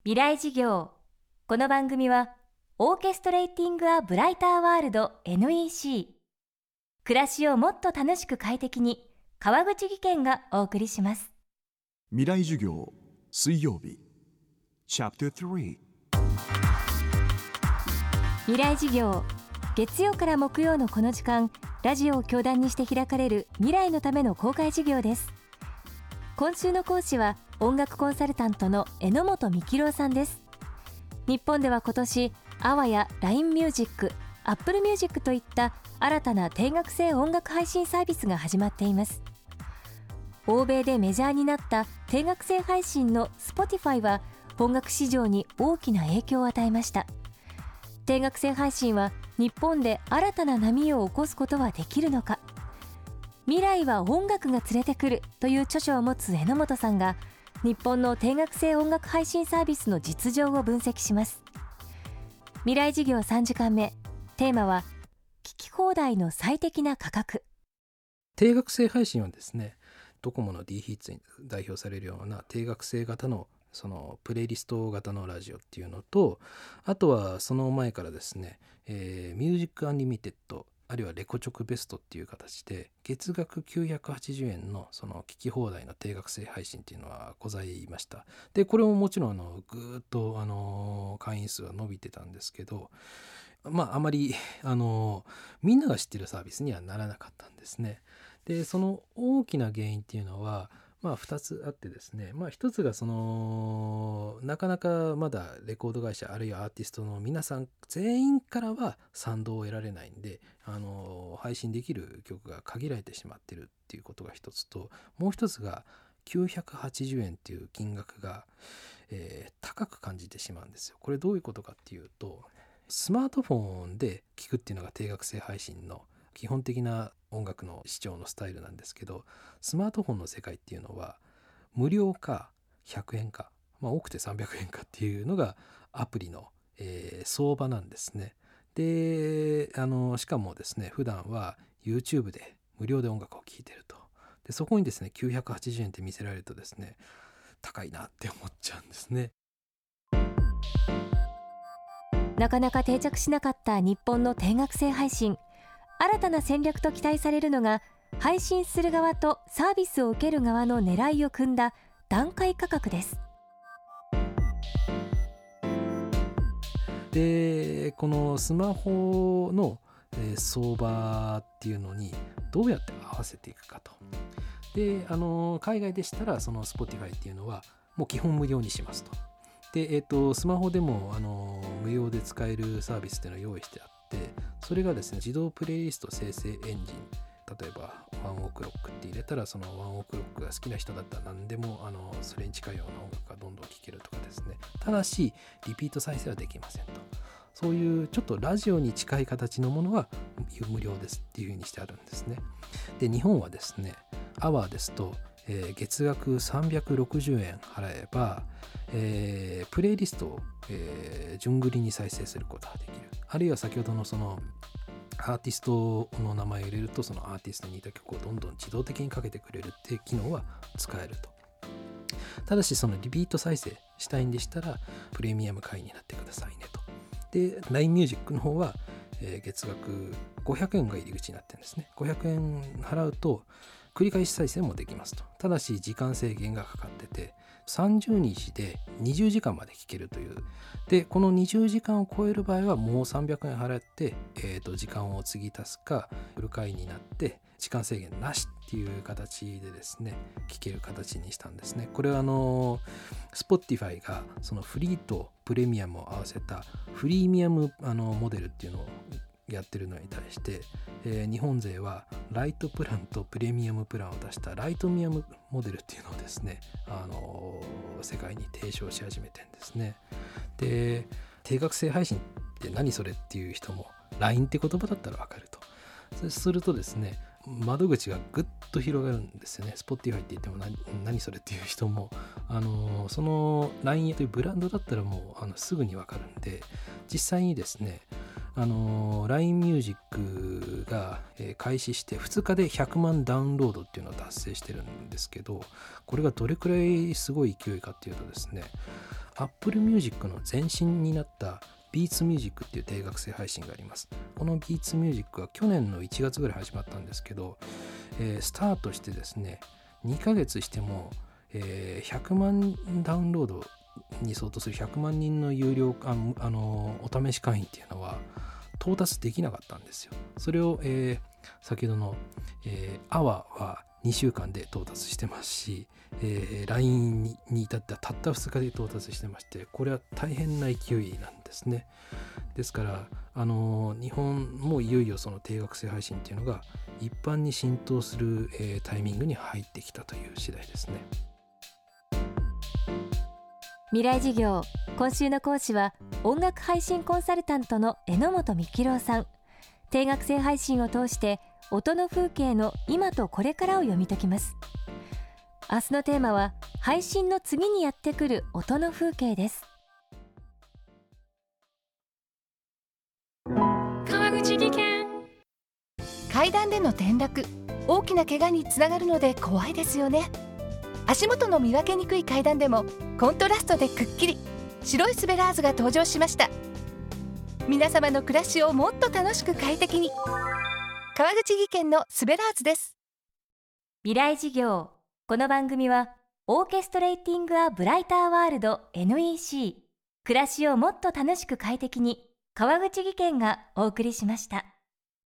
未来事業。この番組はオーケストレーティング・ア・ブライター・ワールド NEC 暮らしをもっと楽しく快適に川口義賢がお送りします。 未来授業水曜日チャプター3 未来事業、月曜から木曜のこの時間、ラジオを教壇にして開かれる未来のための公開授業です。今週の講師は音楽コンサルタントの榎本幹郎さんです。日本では今年AWAや LINE ミュージック、Apple Music といった新たな定額制音楽配信サービスが始まっています。欧米でメジャーになった定額制配信の Spotify は音楽市場に大きな影響を与えました。定額制配信は日本で新たな波を起こすことはできるのか。未来は音楽が連れてくるという著書を持つ榎本さんが日本の定額制音楽配信サービスの実情を分析します。未来事業3時間目、テーマは聞き放題の最適な価格。 定額制配信はですね、ドコモの D ヒッツに代表されるような定額制型のそのプレイリスト型のラジオっていうのと、あとはその前からですね、ミュージックアンリミテッドあるいはレコチョクベストっていう形で月額980円のその聞き放題の定額制配信っていうのはございました。でこれももちろんぐーっと会員数は伸びてたんですけど、あまりみんなが知ってるサービスにはならなかったんですね。でその大きな原因っていうのは2つあってですね、一つがなかなかまだレコード会社あるいはアーティストの皆さん全員からは賛同を得られないんで、配信できる曲が限られてしまってるっていうことが一つと、もう一つが980円っていう金額が、高く感じてしまうんですよ。これどういうことかっていうと、スマートフォンで聴くっていうのが定額制配信の基本的な音楽の視聴のスタイルなんですけど、スマートフォンの世界っていうのは無料か100円か、多くて300円かっていうのがアプリの、相場なんですね。でしかもですね、普段は YouTube で無料で音楽を聴いてると。でそこにですね980円って見せられるとですね、高いなって思っちゃうんですね。 なかなか定着しなかった日本の定額制配信。新たな戦略と期待されるのが、配信する側とサービスを受ける側の狙いを組んだ段階価格です。 でこのスマホの、相場っていうのにどうやって合わせていくかと。で海外でしたらその Spotify っていうのはもう基本無料にしますと。でスマホでも無料で使えるサービスっていうのを用意してあって、それがですね自動プレイリスト生成エンジン、例えばワンオクロックって入れたら、そのワンオクロックが好きな人だったら何でもそれに近いような音楽がどんどん聴けるとかですね。ただしリピート再生はできませんと。そういうちょっとラジオに近い形のものは無料ですっていう風にしてあるんですね。で日本はですね、AWAですと月額360円払えば、プレイリストを、順繰りに再生することができる。あるいは先ほどのそのアーティストの名前を入れると、そのアーティストに似た曲をどんどん自動的にかけてくれるっていう機能は使えると。ただしそのリピート再生したいんでしたらプレミアム会員になってくださいねと。で LINE ミュージックの方は、月額500円が入り口になってるんですね。500円払うと繰り返し再生もできますと。ただし時間制限がかかってて、30日で20時間まで聞けるという。でこの20時間を超える場合はもう300円払って、時間を継ぎ足すかフル会員になって時間制限なしっていう形でですね聞ける形にしたんですね。これはSpotify がそのフリーとプレミアムを合わせたフリーミアムモデルっていうのをやってるのに対して、日本勢はライトプランとプレミアムプランを出したライトミアムモデルっていうのをですね、世界に提唱し始めてるんですね。で定額制配信って何それっていう人も LINE って言葉だったら分かると。そうするとですね、窓口がぐっと広がるんですよね。Spotify って言っても何それっていう人もその LINE というブランドだったらもうすぐに分かるんで、実際にですね LINE ミュージックが開始して2日で100万ダウンロードっていうのを達成してるんですけど、これがどれくらいすごい勢いかっていうとですね、Apple Music の前身になったBeats Music っていう定額制配信があります。この Beats Music は去年の1月ぐらい始まったんですけど、スタートしてですね、2ヶ月しても、100万ダウンロードに相当する100万人の有料お試し会員っていうのは到達できなかったんですよ。それを、先ほどの、AWA は2週間で到達してますし、LINE に至ってはたった2日で到達してまして、これは大変な勢いなんですね。ですから日本もいよいよその定額制配信っていうのが一般に浸透する、タイミングに入ってきたという次第ですね。 未来事業、今週の講師は音楽配信コンサルタントの榎本幹郎さん。定額制配信を通して音の風景の今とこれからを読み解きます。明日のテーマは配信の次にやってくる音の風景です。 川口技研。階段での転落、大きな怪我につながるので怖いですよね。足元の見分けにくい階段でもコントラストでくっきり白いスベラーズが登場しました。皆様の暮らしをもっと楽しく快適に、川口技研のスベラーズです。 未来事業、この番組はオーケストレーティング・ア・ブライター・ワールド NEC、 暮らしをもっと楽しく快適に、川口技研がお送りしました。